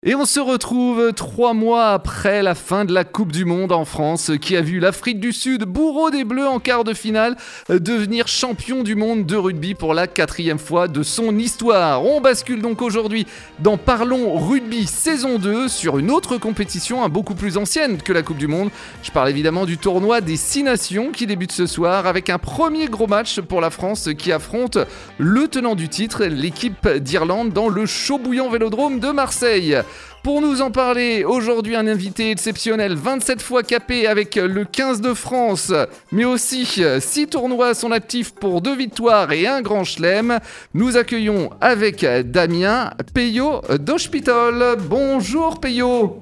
Et on se retrouve 3 mois après la fin de la Coupe du Monde en France, qui a vu l'Afrique du Sud, bourreau des Bleus en quart de finale, devenir champion du monde de rugby pour la 4e fois de son histoire. On bascule donc aujourd'hui dans Parlons Rugby saison 2 sur une autre compétition beaucoup plus ancienne que la Coupe du Monde. Je parle évidemment du tournoi des 6 nations qui débute ce soir avec un premier gros match pour la France qui affronte le tenant du titre, l'équipe d'Irlande, dans le chaud bouillant Vélodrome de Marseille. Pour nous en parler, aujourd'hui un invité exceptionnel, 27 fois capé avec le 15 de France, mais aussi 6 tournois à son actif pour 2 victoires et un grand chelem. Nous accueillons avec Damien Peillot d'Hospital. Bonjour Peillot.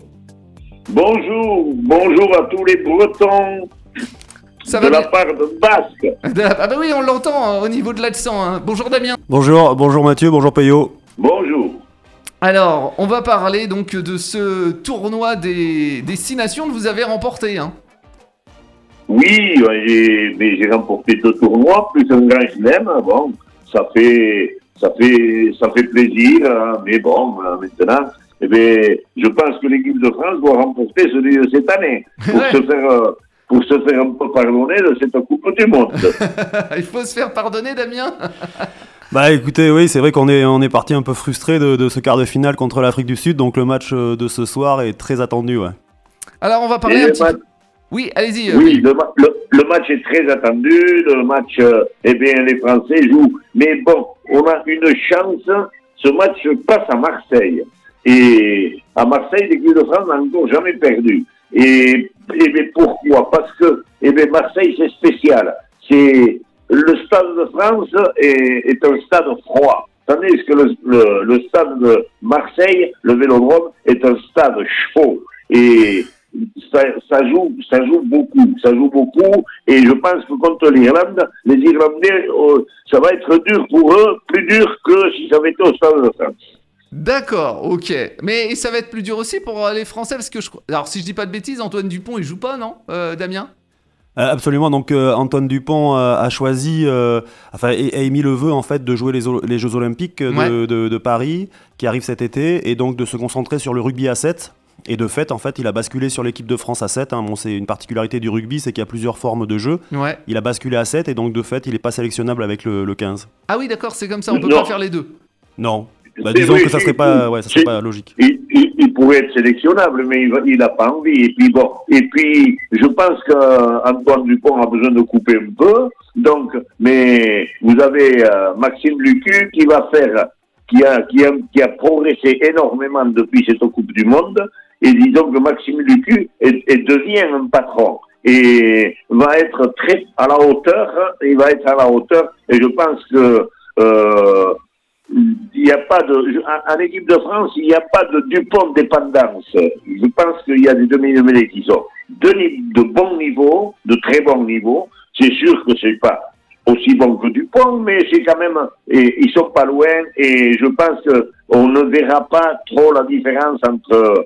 Bonjour à tous les Bretons. Ça de la part de Basque. Ah bah oui, on l'entend au niveau de l'accent. Hein. Bonjour Damien. Bonjour Mathieu, bonjour Peillot. Bonjour. Alors, on va parler donc de ce tournoi des 6 nations que vous avez remporté. Hein. Oui, j'ai remporté ce tournoi, plus un grand chelem. Bon, ça fait plaisir, hein, mais bon, maintenant, je pense que l'équipe de France doit remporter celui de cette année pour se faire un peu pardonner de cette Coupe du Monde. Il faut se faire pardonner, Damien. Bah écoutez, oui, c'est vrai qu'on est parti un peu frustré de ce quart de finale contre l'Afrique du Sud, donc le match de ce soir est très attendu, ouais. Alors on va parler un petit peu. Oui, allez-y. Oui, le match est très attendu, le match, les Français jouent. Mais bon, on a une chance, ce match passe à Marseille. Et à Marseille, l'équipe de France n'a encore jamais perdu. Et pourquoi ? Parce que Marseille, c'est spécial. Le Stade de France est un stade froid, tandis que le stade de Marseille, le Vélodrome, est un stade chaud. Et ça joue beaucoup. Et je pense que contre l'Irlande, les Irlandais, ça va être dur pour eux, plus dur que si ça avait été au Stade de France. D'accord, ok. Mais ça va être plus dur aussi pour les Français, parce que alors si je dis pas de bêtises, Antoine Dupont il joue pas, non, Damien ? Absolument, donc Antoine Dupont a choisi, a émis le vœu en fait de jouer les Jeux Olympiques de Paris qui arrivent cet été, et donc de se concentrer sur le rugby à 7. Et de fait, en fait, il a basculé sur l'équipe de France à 7. Hein. Bon, c'est une particularité du rugby, c'est qu'il y a plusieurs formes de jeu. Ouais. Il a basculé à 7 et donc de fait, il n'est pas sélectionnable avec le 15. Ah oui, d'accord, c'est comme ça, on peut pas faire les deux. Non. Disons que ça serait pas logique. Il pourrait être sélectionnable, mais il n'a pas envie. Et puis, je pense qu'Antoine Dupont a besoin de couper un peu. Donc, mais vous avez Maxime Lucu qui a progressé énormément depuis cette Coupe du Monde. Et disons que Maxime Lucu devient un patron et va être très à la hauteur. Il va être à la hauteur. Et je pense que il n'y a pas en équipe de France, il n'y a pas de Dupont dépendance. Je pense qu'il y a des demi-mêlés qui sont de bon niveau, de très bon niveau. C'est sûr que c'est pas aussi bon que Dupont, mais c'est quand même, ils sont pas loin, et je pense qu'on ne verra pas trop la différence entre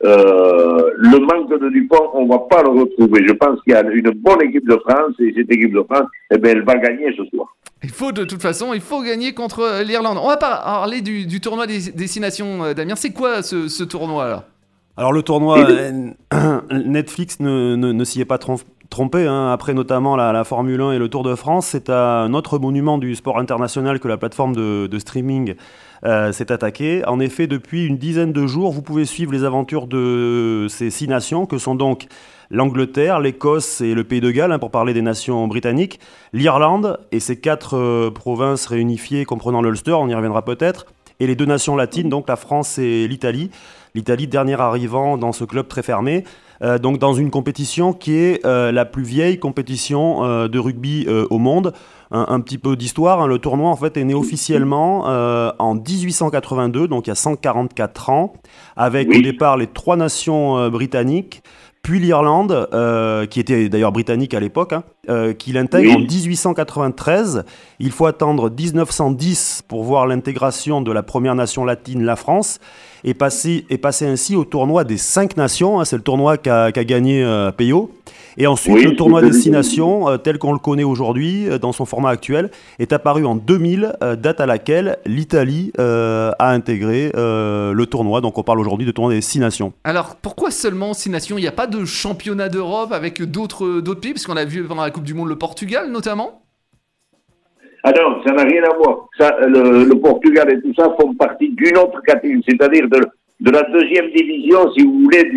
le manque de Dupont, on va pas le retrouver. Je pense qu'il y a une bonne équipe de France, et cette équipe de France, elle va gagner ce soir. Il faut gagner contre l'Irlande. On va parler du tournoi des 6 nations, Damien. C'est quoi ce tournoi-là ? Alors le tournoi, Netflix ne s'y est pas trompé, hein. Après notamment la Formule 1 et le Tour de France, c'est un autre monument du sport international que la plateforme de streaming s'est attaquée. En effet, depuis une dizaine de jours, vous pouvez suivre les aventures de ces 6 nations, que sont donc l'Angleterre, l'Écosse et le Pays de Galles, hein, pour parler des nations britanniques, l'Irlande et ses 4 provinces réunifiées comprenant l'Ulster, on y reviendra peut-être, et les 2 nations latines, donc la France et l'Italie. L'Italie, dernier arrivant dans ce club très fermé, donc dans une compétition qui est la plus vieille compétition de rugby au monde. Un petit peu d'histoire, hein. Le tournoi en fait est né officiellement en 1882, donc il y a 144 ans, avec au départ les 3 nations britanniques, puis l'Irlande, qui était d'ailleurs britannique à l'époque, hein, qui l'intègre en 1893. Il faut attendre 1910 pour voir l'intégration de la première nation latine, la France. est passé ainsi au tournoi des 5 nations, hein, c'est le tournoi qu'a gagné Peyo. Et ensuite, le tournoi des 6 nations, tel qu'on le connaît aujourd'hui, dans son format actuel, est apparu en 2000, date à laquelle l'Italie a intégré le tournoi. Donc on parle aujourd'hui de tournoi des 6 nations. Alors pourquoi seulement 6 nations ? Il n'y a pas de championnat d'Europe avec d'autres pays, parce qu'on a vu pendant la Coupe du Monde le Portugal notamment ? Ah non, ça n'a rien à voir. Ça, le Portugal et tout ça font partie d'une autre catégorie, c'est-à-dire de la deuxième division, si vous voulez,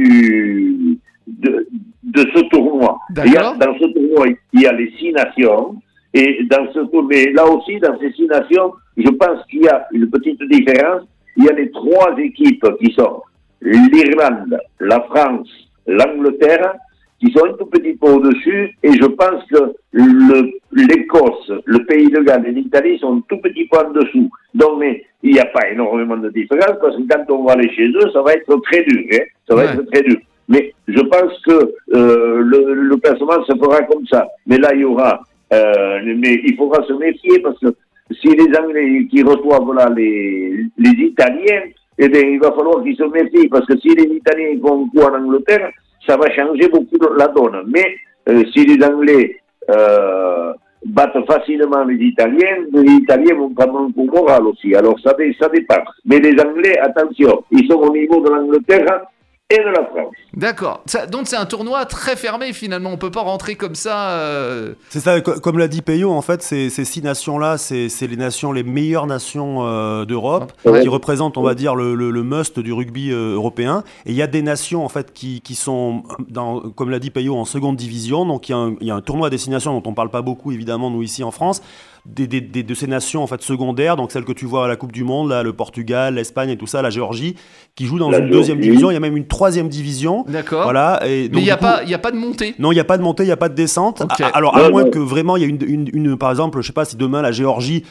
de ce tournoi. Dans ce tournoi, il y a les 6 nations, et dans ce tournoi, là aussi, dans ces 6 nations, je pense qu'il y a une petite différence. Il y a les 3 équipes qui sont l'Irlande, la France, l'Angleterre, qui sont un tout petit peu au-dessus, et je pense que l'Écosse, le Pays de Galles et l'Italie sont un tout petit peu en dessous. Donc, mais il n'y a pas énormément de différence, parce que quand on va aller chez eux, ça va être très dur, hein, ça va être très dur. Mais je pense que le classement se fera comme ça. Mais là, il y aura, mais il faudra se méfier, parce que si les Anglais qui reçoivent là les Italiens, eh bien, il va falloir qu'ils se méfient, parce que si les Italiens vont coup en Angleterre, ça va changer beaucoup la donne. Mais si les Anglais battent facilement les Italiens vont prendre un coup moral aussi. Alors ça dépend. Mais les Anglais, attention, ils sont au niveau de l'Angleterre et de la France. D'accord. Donc c'est un tournoi très fermé finalement, on peut pas rentrer comme ça. C'est ça, comme l'a dit Peyo, en fait, ces 6 nations-là, c'est les meilleures nations d'Europe, qui représentent, on va dire, le must du rugby européen. Et il y a des nations, en fait, qui sont, comme l'a dit Peyo, en seconde division. Donc il y a un tournoi à destination dont on parle pas beaucoup, évidemment, nous ici en France. De ces nations en fait secondaires, donc celles que tu vois à la Coupe du Monde, là, le Portugal, l'Espagne et tout ça, la Géorgie, qui jouent dans une deuxième division. Il y a même une troisième division. D'accord. Voilà. Et donc, mais il n'y a pas de montée. Non, il n'y a pas de montée, il n'y a pas de descente. Okay. Alors à moins que vraiment il y ait par exemple, je sais pas si demain la Géorgie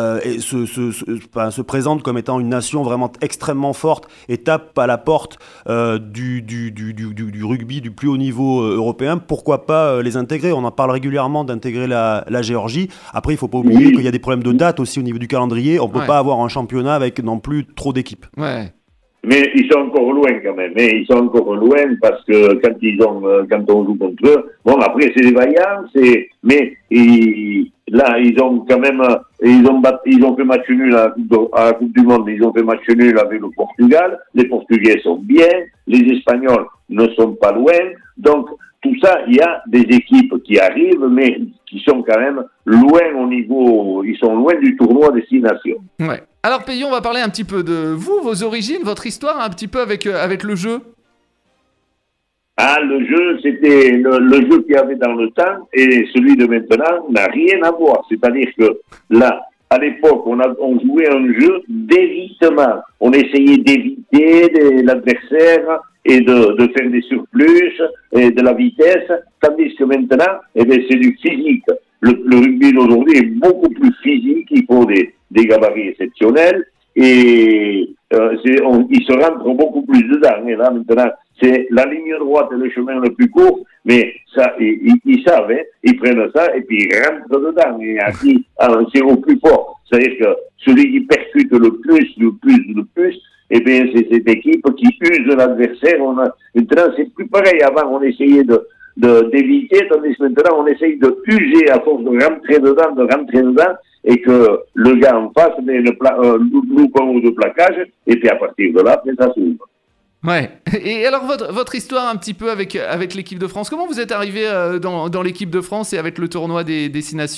se présente comme étant une nation vraiment extrêmement forte et tape à la porte du rugby du plus haut niveau européen, pourquoi pas les intégrer ? On en parle régulièrement d'intégrer la Géorgie. Après, il faut pas oublier qu'il y a des problèmes de date aussi au niveau du calendrier. On peut pas avoir un championnat avec non plus trop d'équipes. Ouais. Mais ils sont encore loin quand même. Ils sont encore loin parce que quand on joue contre eux, bon après c'est des vaillants, mais là ils ont quand même ils ont fait match nul à la Coupe du Monde. Ils ont fait match nul avec le Portugal. Les Portugais sont bien, les Espagnols ne sont pas loin. Donc tout ça, il y a des équipes qui arrivent, mais qui sont quand même loin au niveau, ils sont loin du tournoi des 6 nations. Ouais. Alors Peyo, on va parler un petit peu de vous, vos origines, votre histoire, un petit peu avec le jeu. Ah, le jeu, c'était le jeu qu'il y avait dans le temps, et celui de maintenant n'a rien à voir. C'est-à-dire que là, à l'époque, on jouait un jeu d'évitement. On essayait d'éviter l'adversaire et de faire des surplus et de la vitesse, tandis que maintenant, eh bien, c'est du physique. Le rugby d'aujourd'hui est beaucoup plus physique, il faut des gabarits exceptionnels, et il se rentre beaucoup plus dedans. Et là, maintenant, c'est la ligne droite et le chemin le plus court, mais ça, ils savent, hein, ils prennent ça, et puis ils rentrent dedans, et ainsi, c'est au plus fort. C'est-à-dire que celui qui percute le plus, eh bien, c'est cette équipe qui use de l'adversaire. Maintenant, c'est plus pareil. Avant, on essayait d'éviter, tandis que maintenant, on essaye de user à force de rentrer dedans, et que le gars en face loupe un ou deux plaquages, et puis à partir de là, ça s'ouvre. Ouais. Et alors, votre histoire un petit peu avec l'équipe de France, comment vous êtes arrivé dans l'équipe de France et avec le tournoi des 6 nations ?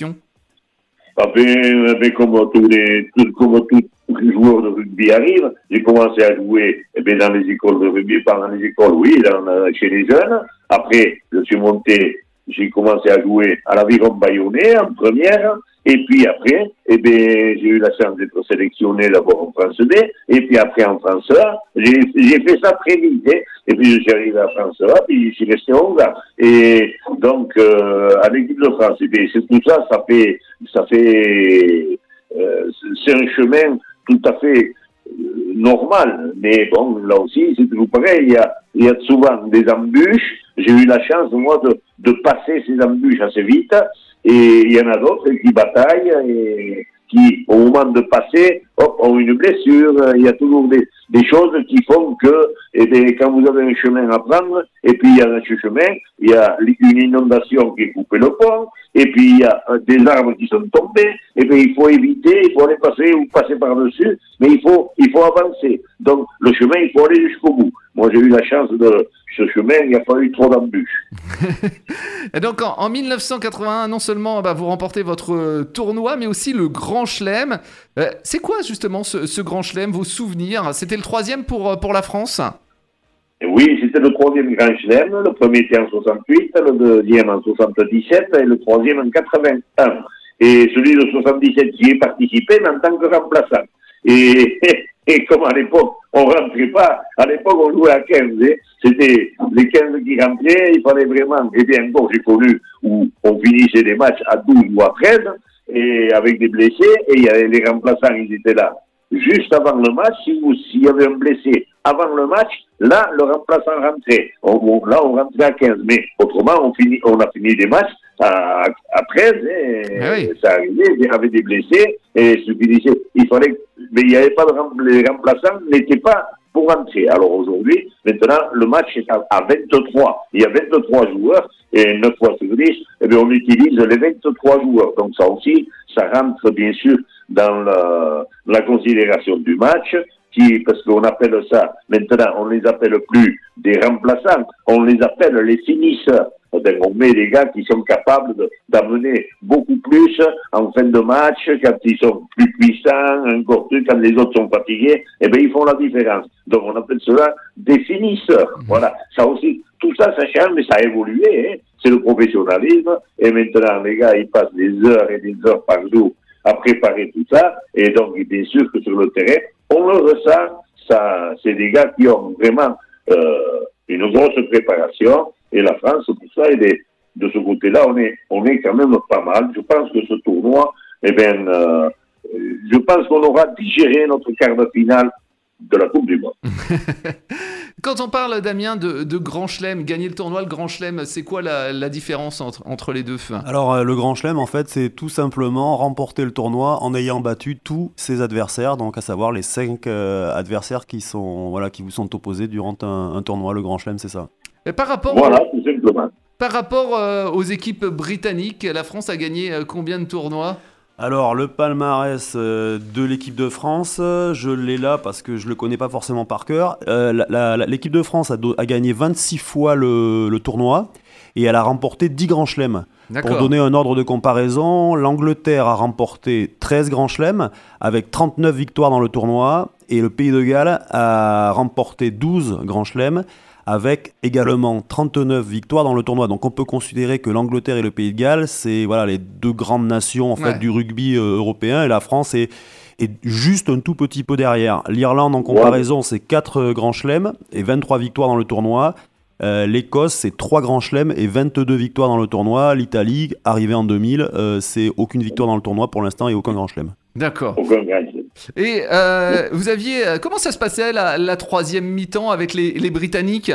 Comme tous les joueurs de rugby arrivent, j'ai commencé à jouer dans les écoles de rugby, pas dans les écoles, oui, chez les jeunes. Après, j'ai commencé à jouer à l'Aviron Bayonnais en première, et puis après, j'ai eu la chance d'être sélectionné d'abord en France B, et puis après en France A. J'ai fait ça très vite, hein. Et puis je suis arrivé à France A, puis je suis resté 11 ans. Et donc, à l'équipe de France, c'est tout ça, c'est un chemin tout à fait normal. Mais bon, là aussi, c'est toujours pareil. Il y a souvent des embûches. J'ai eu la chance, moi, de passer ces embûches assez vite. Et il y en a d'autres qui bataillent et qui, au moment de passer, ont une blessure. Il y a toujours des choses qui font que, eh bien, quand vous avez un chemin à prendre, et puis il y a dans ce chemin, il y a une inondation qui coupe le pont, et puis il y a des arbres qui sont tombés, et bien il faut éviter, il faut aller passer ou passer par-dessus, mais il faut avancer. Donc le chemin, il faut aller jusqu'au bout. Moi j'ai eu la chance de ce chemin, il n'y a pas eu trop d'embûches. Et donc en 1981, non seulement vous remportez votre tournoi, mais aussi le Grand Chelem. C'est quoi justement ce Grand Chelem, vos souvenirs? C'était le 3e pour la France? Oui, c'était le 3e Grand Chelem. Le premier était en 68, le 2e en 77 et le 3e en 81. Et celui de 77, j'y ai participé, mais en tant que remplaçant. Et comme à l'époque, on rentrait pas, à l'époque, on jouait à 15. C'était les 15 qui rentraient, il fallait vraiment, et bien encore, j'ai connu où on finissait des matchs à 12 ou à 13, et avec des blessés, et il y avait les remplaçants, ils étaient là. Juste avant le match, s'il y avait un blessé avant le match, là, le remplaçant rentrait. Là, on rentrait à 15. Mais autrement, on a fini des matchs à 13. Et ça arrivait, il y avait des blessés. Et mais il n'y avait pas les remplaçants n'étaient pas pour rentrer. Alors aujourd'hui, maintenant, le match est à 23. Il y a 23 joueurs. Et 9 fois sur 10, eh bien, on utilise les 23 joueurs. Donc ça aussi, ça rentre bien sûr dans la considération du match, parce qu'on appelle ça, maintenant, on les appelle plus des remplaçants, on les appelle les finisseurs. On met des gars qui sont capables d'amener beaucoup plus en fin de match, quand ils sont plus puissants, encore plus, quand les autres sont fatigués, eh bien, ils font la différence. Donc, on appelle cela des finisseurs. Voilà. Ça aussi, tout ça, ça change, mais ça a évolué, hein. C'est le professionnalisme. Et maintenant, les gars, ils passent des heures et des heures par jour à préparer tout ça. Et donc, bien sûr que sur le terrain, on le ressent. Ça, c'est des gars qui ont vraiment une grosse préparation. Et la France, pour ça, de ce côté-là, on est quand même pas mal. Je pense que ce tournoi, je pense qu'on aura digéré notre quart de finale de la Coupe du Monde. Quand on parle, Damien, de Grand Chelem, gagner le tournoi, le Grand Chelem, c'est quoi la différence entre les deux? Alors, le Grand Chelem, en fait, c'est tout simplement remporter le tournoi en ayant battu tous ses adversaires, donc à savoir les 5 adversaires qui vous sont opposés durant un tournoi. Le Grand Chelem, c'est ça. Et par rapport tout simplement. Par rapport aux équipes britanniques, la France a gagné combien de tournois? Alors, le palmarès de l'équipe de France, je l'ai là parce que je ne le connais pas forcément par cœur. L'équipe de France a gagné 26 fois le tournoi et elle a remporté 10 grands chelems. Pour donner un ordre de comparaison, l'Angleterre a remporté 13 grands chelems avec 39 victoires dans le tournoi et le Pays de Galles a remporté 12 grands chelems avec également 39 victoires dans le tournoi. Donc on peut considérer que l'Angleterre et le Pays de Galles, c'est les deux grandes nations en fait, du rugby européen, et la France est juste un tout petit peu derrière. L'Irlande en comparaison, c'est 4 grands chelems et 23 victoires dans le tournoi. L'Écosse, c'est 3 grands chelems et 22 victoires dans le tournoi. L'Italie, arrivée en 2000, c'est aucune victoire dans le tournoi pour l'instant et aucun grand chelem. D'accord. Aucun grand chelem. Et vous aviez... comment ça se passait la troisième mi-temps avec les Britanniques?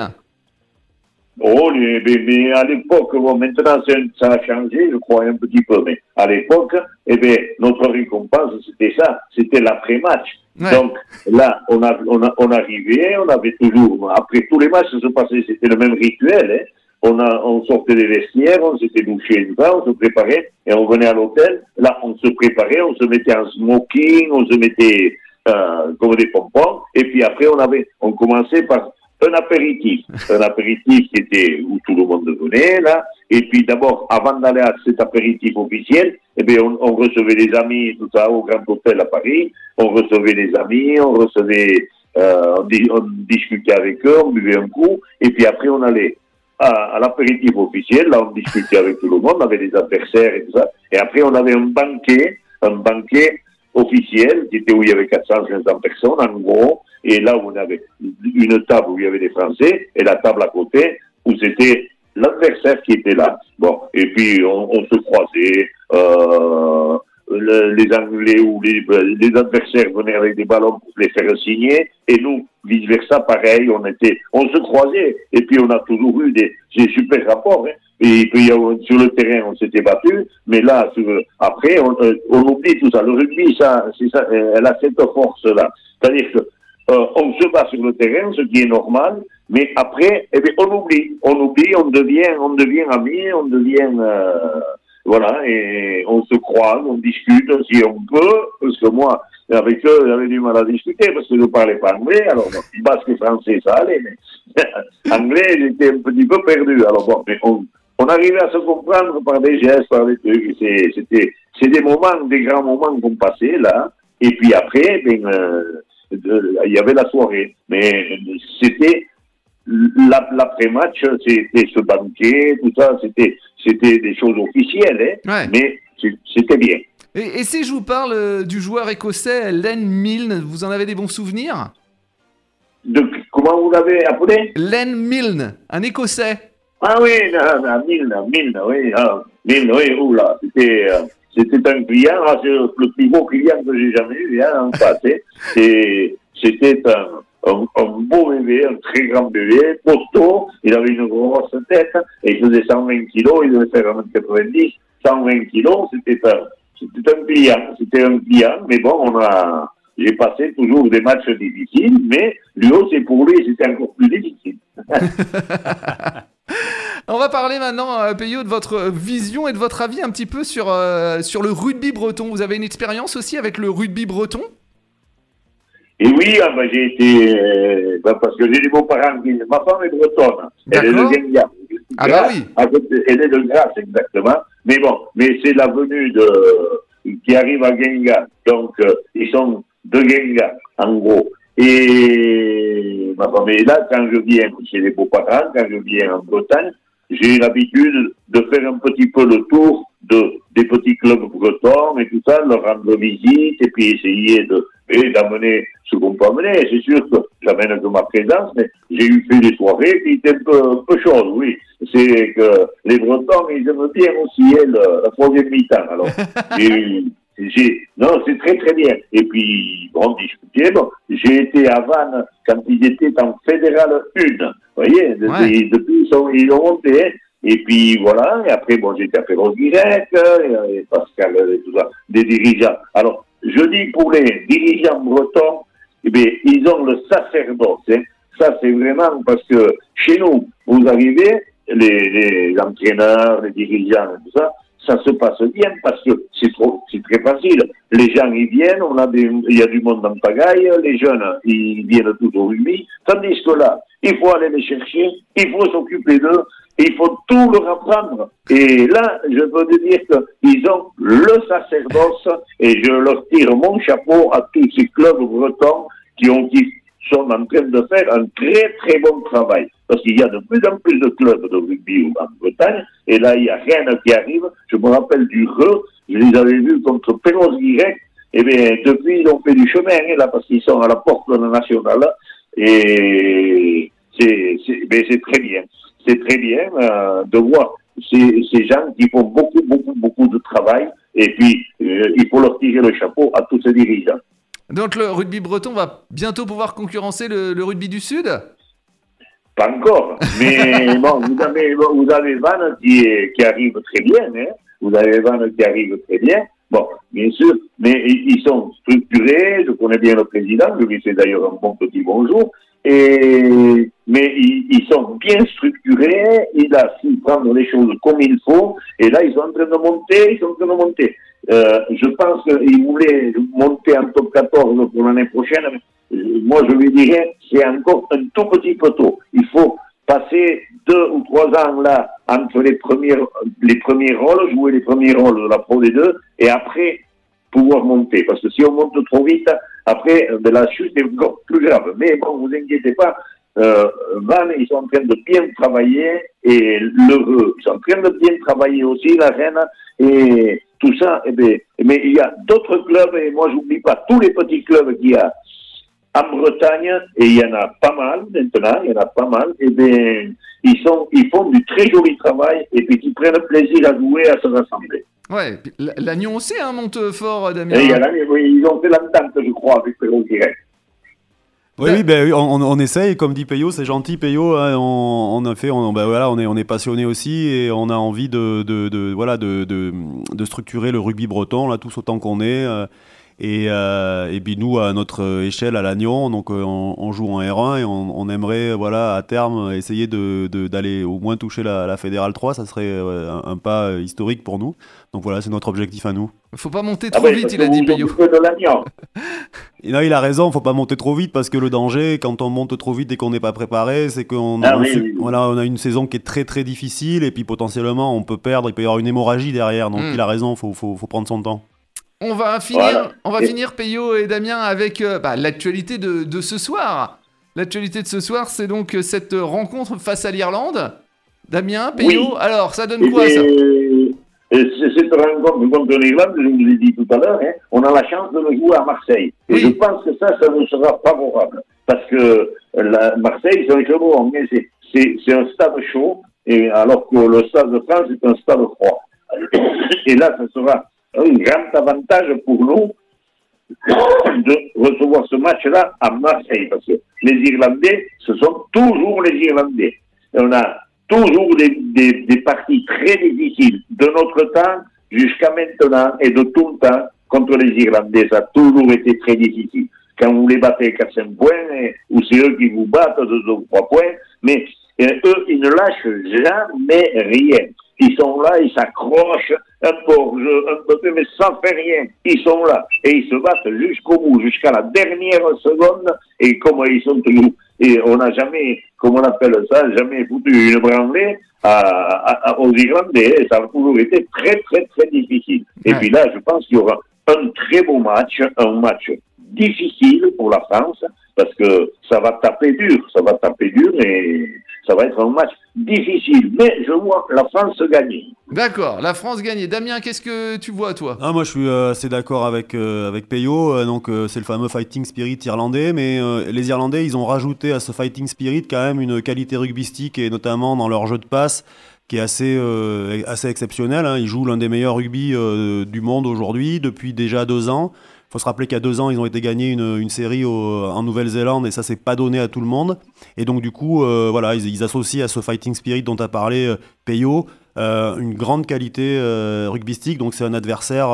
Mais à l'époque, maintenant ça a changé, je crois un petit peu, mais à l'époque, notre récompense, c'était ça, c'était l'après-match. Ouais. Donc là, on arrivait, on avait toujours, après tous les matchs, se passait, c'était le même rituel, hein. On sortait des vestiaires, on s'était douché une fois, on se préparait, et on venait à l'hôtel, là, on se préparait, on se mettait en smoking, on se mettait comme des pompons, et puis après, on commençait par un apéritif qui était où tout le monde venait, là, et puis d'abord, avant d'aller à cet apéritif officiel, on recevait des amis, tout ça, au Grand Hôtel à Paris, on recevait des amis, on discutait avec eux, on buvait un coup, et puis après on allait à l'apéritif officiel, là on discutait avec tout le monde, on avait des adversaires et tout ça, et après on avait un banquet officiel, qui était où il y avait 400-500 personnes, en gros, et là où on avait une table où il y avait des Français, et la table à côté, où c'était l'adversaire qui était là. Bon, et puis on se croisait, les Anglais ou les adversaires venaient avec des ballons pour les faire signer, et nous, vice-versa, pareil, on se croisait, et puis on a toujours eu des super rapports, hein. Et puis sur le terrain, on s'était battu, mais là, après, on oublie tout ça. Le rugby, ça, c'est ça, elle a cette force-là. C'est-à-dire que on se bat sur le terrain, ce qui est normal, mais après, on devient amis, on devient, voilà, et on se croise, on discute si on peut, parce que moi, avec eux, j'avais du mal à discuter parce que je ne parlais pas anglais, alors bon, basque et français, ça allait, mais anglais, j'étais un petit peu perdu. Alors bon, mais on arrivait à se comprendre par des gestes, par des trucs, c'est des moments, des grands moments qu'on passait là, et puis après, il y avait la soirée, mais c'était l'après-match, c'était ce banquet, tout ça, c'était des choses officielles, hein, Ouais. mais c'était bien. Et si je vous parle du joueur écossais Len Milne, vous en avez des bons souvenirs? Comment vous l'avez appelé? Len Milne, un écossais. Ah oui, Milne, oui. Milne, oula, c'était un client, c'est le plus beau client que j'ai jamais eu, en face. C'était un beau bébé, un très grand bébé, costaud, il avait une grosse tête, et il faisait 120 kilos, il devait faire 1m90, 120 kilos, c'était un client, mais bon, j'ai passé toujours des matchs difficiles, mais lui aussi, pour lui, c'était encore plus difficile. On va parler maintenant, Peyo, de votre vision et de votre avis un petit peu sur le rugby breton. Vous avez une expérience aussi avec le rugby breton? Et oui, j'ai été, parce que j'ai des beaux-parents ma femme est bretonne. Elle est de Guingamp. Ah bah oui. Elle est de Grasse, exactement. Mais bon, c'est la venue qui arrive à Guingamp. Donc, ils sont de Guingamp, en gros. Et ma femme est là, quand je viens chez les beaux-parents, quand je viens en Bretagne, j'ai l'habitude de faire un petit peu le tour des petits clubs bretons et tout ça, leur rendre visite et puis essayer d'amener ce qu'on peut amener. C'est sûr que j'amène que ma présence, mais j'ai eu fait des soirées qui étaient un peu chaudes, oui. C'est que les Bretons, ils aiment bien aussi la troisième mi-temps. Alors, non, c'est très très bien. Et puis, on discutait. Bon, j'ai été à Vannes quand ils étaient en Fédéral 1. Vous voyez, depuis ils ont monté. Hein. Et puis voilà, et après, bon, j'étais à Perros-Guirec, et Pascal, et tout ça, des dirigeants. Alors, je dis pour les dirigeants bretons, eh bien, ils ont le sacerdoce. Hein. Ça, c'est vraiment parce que chez nous, vous arrivez, les entraîneurs, les dirigeants, et tout ça, ça se passe bien parce que c'est très facile. Les gens, ils viennent, il y a du monde en pagaille, les jeunes, ils viennent tout au rugby, tandis que là, il faut aller les chercher, il faut s'occuper d'eux, il faut tout leur apprendre. Et là, je veux dire qu'ils ont le sacerdoce et je leur tire mon chapeau à tous ces clubs bretons qui sont en train de faire un très très bon travail. Parce qu'il y a de plus en plus de clubs de rugby en Bretagne, et là il y a Rennes qui arrive. Je me rappelle du Reux, je les avais vus contre Perros-Guirec, et bien depuis ils ont fait du chemin, là, parce qu'ils sont à la porte de la nationale, et c'est très bien. C'est très bien de voir ces gens qui font beaucoup de travail, et puis il faut leur tirer le chapeau à tous ces dirigeants. Donc le rugby breton va bientôt pouvoir concurrencer le rugby du Sud? Pas encore, mais bon, vous avez Vannes qui arrive très bien, hein. Vous avez Vannes qui arrive très bien. Bon, bien sûr, mais ils sont structurés. Je connais bien le président, je lui fais d'ailleurs un bon petit bonjour. Mais ils sont bien structurés. Il a su prendre les choses comme il faut. Et là, ils sont en train de monter. Je pense qu'ils voulaient monter en top 14 pour l'année prochaine. Moi, je lui dirais, c'est encore un tout petit peu tôt. Il faut passer 2 ou 3 ans là entre les premiers rôles, jouer les premiers rôles de la Pro D2 et après pouvoir monter. Parce que si on monte trop vite, après, la chute est encore plus grave. Mais bon, vous inquiétez pas, Vannes, ils sont en train de bien travailler et l'Heureux, ils sont en train de bien travailler aussi, la Rennes et tout ça. Mais il y a d'autres clubs et moi, j'oublie pas tous les petits clubs qu'il y a en Bretagne, et il y en a pas mal maintenant, et bien, ils font du très joli travail, et puis ils prennent plaisir à jouer, à se rassembler. Ouais, Lannion aussi monte fort, Damien. Et ils ont fait l'entente, je crois, avec Perros-Guirec. Oui, on essaye, comme dit Peyo, c'est gentil Peyo, hein, on est passionné aussi et on a envie de structurer le rugby breton, là, tous autant qu'on est. Et puis nous, à notre échelle à Lannion, donc on joue en R1 et on aimerait à terme essayer d'aller au moins toucher la Fédérale 3. Ça serait un pas historique pour nous. Donc voilà, c'est notre objectif à nous. Faut pas monter trop vite, il a dit Peyo. Et là, il a raison, faut pas monter trop vite parce que le danger, quand on monte trop vite et qu'on n'est pas préparé, c'est qu'on on a une saison qui est très très difficile et puis potentiellement on peut perdre, il peut y avoir une hémorragie derrière. Donc il a raison, faut prendre son temps. On va finir Peyo et Damien avec l'actualité de ce soir. L'actualité de ce soir, c'est donc cette rencontre face à l'Irlande. Damien, Peyo, alors ça donne quoi ça? Cette rencontre contre l'Irlande, je vous l'ai dit tout à l'heure, on a la chance de le jouer à Marseille. Et je pense que ça nous sera favorable. Parce que Marseille, c'est un club où c'est un stade chaud, et alors que le stade de France est un stade froid. Et là, ça sera un grand avantage pour nous de recevoir ce match-là à Marseille. Parce que les Irlandais, ce sont toujours les Irlandais. Et on a toujours des parties très difficiles de notre temps jusqu'à maintenant et de tout le temps contre les Irlandais. Ça a toujours été très difficile. Quand vous les battez 4-5 points, ou c'est eux qui vous battent 2 ou 3 points, mais eux, ils ne lâchent jamais rien. Ils sont là, ils s'accrochent un peu, mais sans faire rien. Ils sont là et ils se battent jusqu'au bout, jusqu'à la dernière seconde. Et comme ils sont toujours, et on n'a jamais, comme on appelle ça, jamais foutu une branlée aux Irlandais. Et ça a toujours été très, très, très difficile. Et puis là, je pense qu'il y aura un très beau match, un match difficile pour la France, parce que ça va taper dur et ça va être un match difficile. Mais je vois la France gagner. D'accord, la France gagner. Damien, qu'est-ce que tu vois, toi? Moi, je suis assez d'accord avec Peyo. C'est le fameux fighting spirit irlandais, mais les Irlandais, ils ont rajouté à ce fighting spirit quand même une qualité rugbystique, et notamment dans leur jeu de passe, qui est assez exceptionnel. Ils jouent l'un des meilleurs rugby du monde aujourd'hui, depuis déjà 2 ans. Il faut se rappeler qu'il y a 2 ans, ils ont été gagnés une série en Nouvelle-Zélande, et ça, c'est pas donné à tout le monde. Et donc, du coup, ils associent à ce fighting spirit dont a parlé Peyo une grande qualité rugbystique. Donc, c'est un adversaire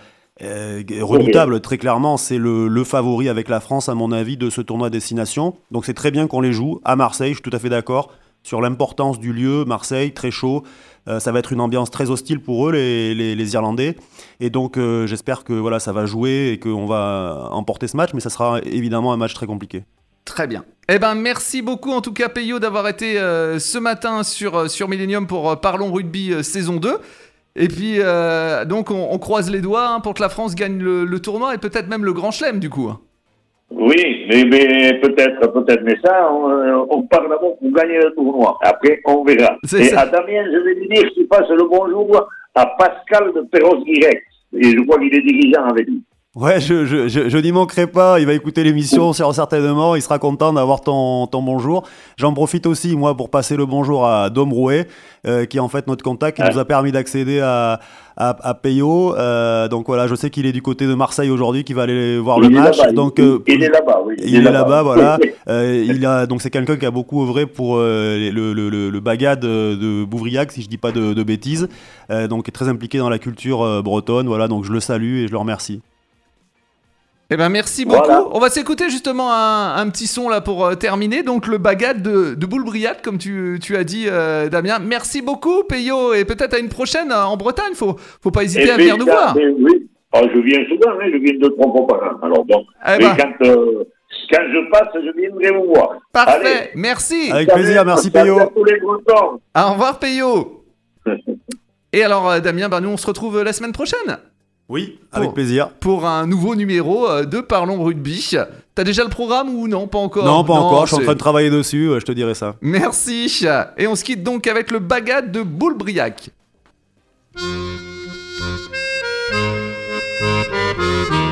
redoutable, très clairement. C'est le favori avec la France, à mon avis, de ce tournoi destination. Donc, c'est très bien qu'on les joue à Marseille, je suis tout à fait d'accord sur l'importance du lieu. Marseille, très chaud. Ça va être une ambiance très hostile pour eux, les Irlandais. Et donc, j'espère que ça va jouer et qu'on va emporter ce match, mais ça sera évidemment un match très compliqué. Très bien. Merci beaucoup en tout cas, Peyo, d'avoir été ce matin sur Millennium pour Parlons Rugby saison 2. Et puis, donc, on croise les doigts pour que la France gagne le tournoi et peut-être même le Grand Chelem, du coup. Oui, mais peut-être, mais ça, on part d'abord pour gagner le tournoi. Après, on verra. À Damien, je vais lui dire qu'il passe le bonjour à Pascal de Perros-Guirec. Et je crois qu'il est dirigeant avec lui. Ouais, je n'y manquerai pas, il va écouter l'émission certainement, il sera content d'avoir ton bonjour. J'en profite aussi, moi, pour passer le bonjour à Dom Rouet, qui est en fait notre contact, qui nous a permis d'accéder à Peyo. Donc voilà, je sais qu'il est du côté de Marseille aujourd'hui, qu'il va aller voir le match. Donc, il est là-bas, oui. Il est là-bas, voilà. Donc c'est quelqu'un qui a beaucoup œuvré pour le bagad de Bouvriac, si je dis pas de bêtises. Donc est très impliqué dans la culture bretonne, voilà, donc je le salue et je le remercie. Merci beaucoup. Voilà. On va s'écouter justement un petit son là pour terminer. Donc le bagad de Boulbriac, comme tu as dit, Damien. Merci beaucoup, Peyo, et peut-être à une prochaine en Bretagne. Faut pas hésiter à venir nous voir. Oui, je viens souvent, je viens 2-3 fois par an. Alors bon, quand je passe, je viendrai vous voir. Parfait, allez. Merci. Avec plaisir, merci Peyo. À tous les Bretons. Au revoir, Peyo. Et alors, Damien, nous on se retrouve la semaine prochaine. Oui, avec plaisir. Pour un nouveau numéro de Parlons Rugby. T'as déjà le programme ou non? Pas encore. Non, pas encore. Je suis en train de travailler dessus, je te dirai ça. Merci. Et on se quitte donc avec le bagad de Boulbriac.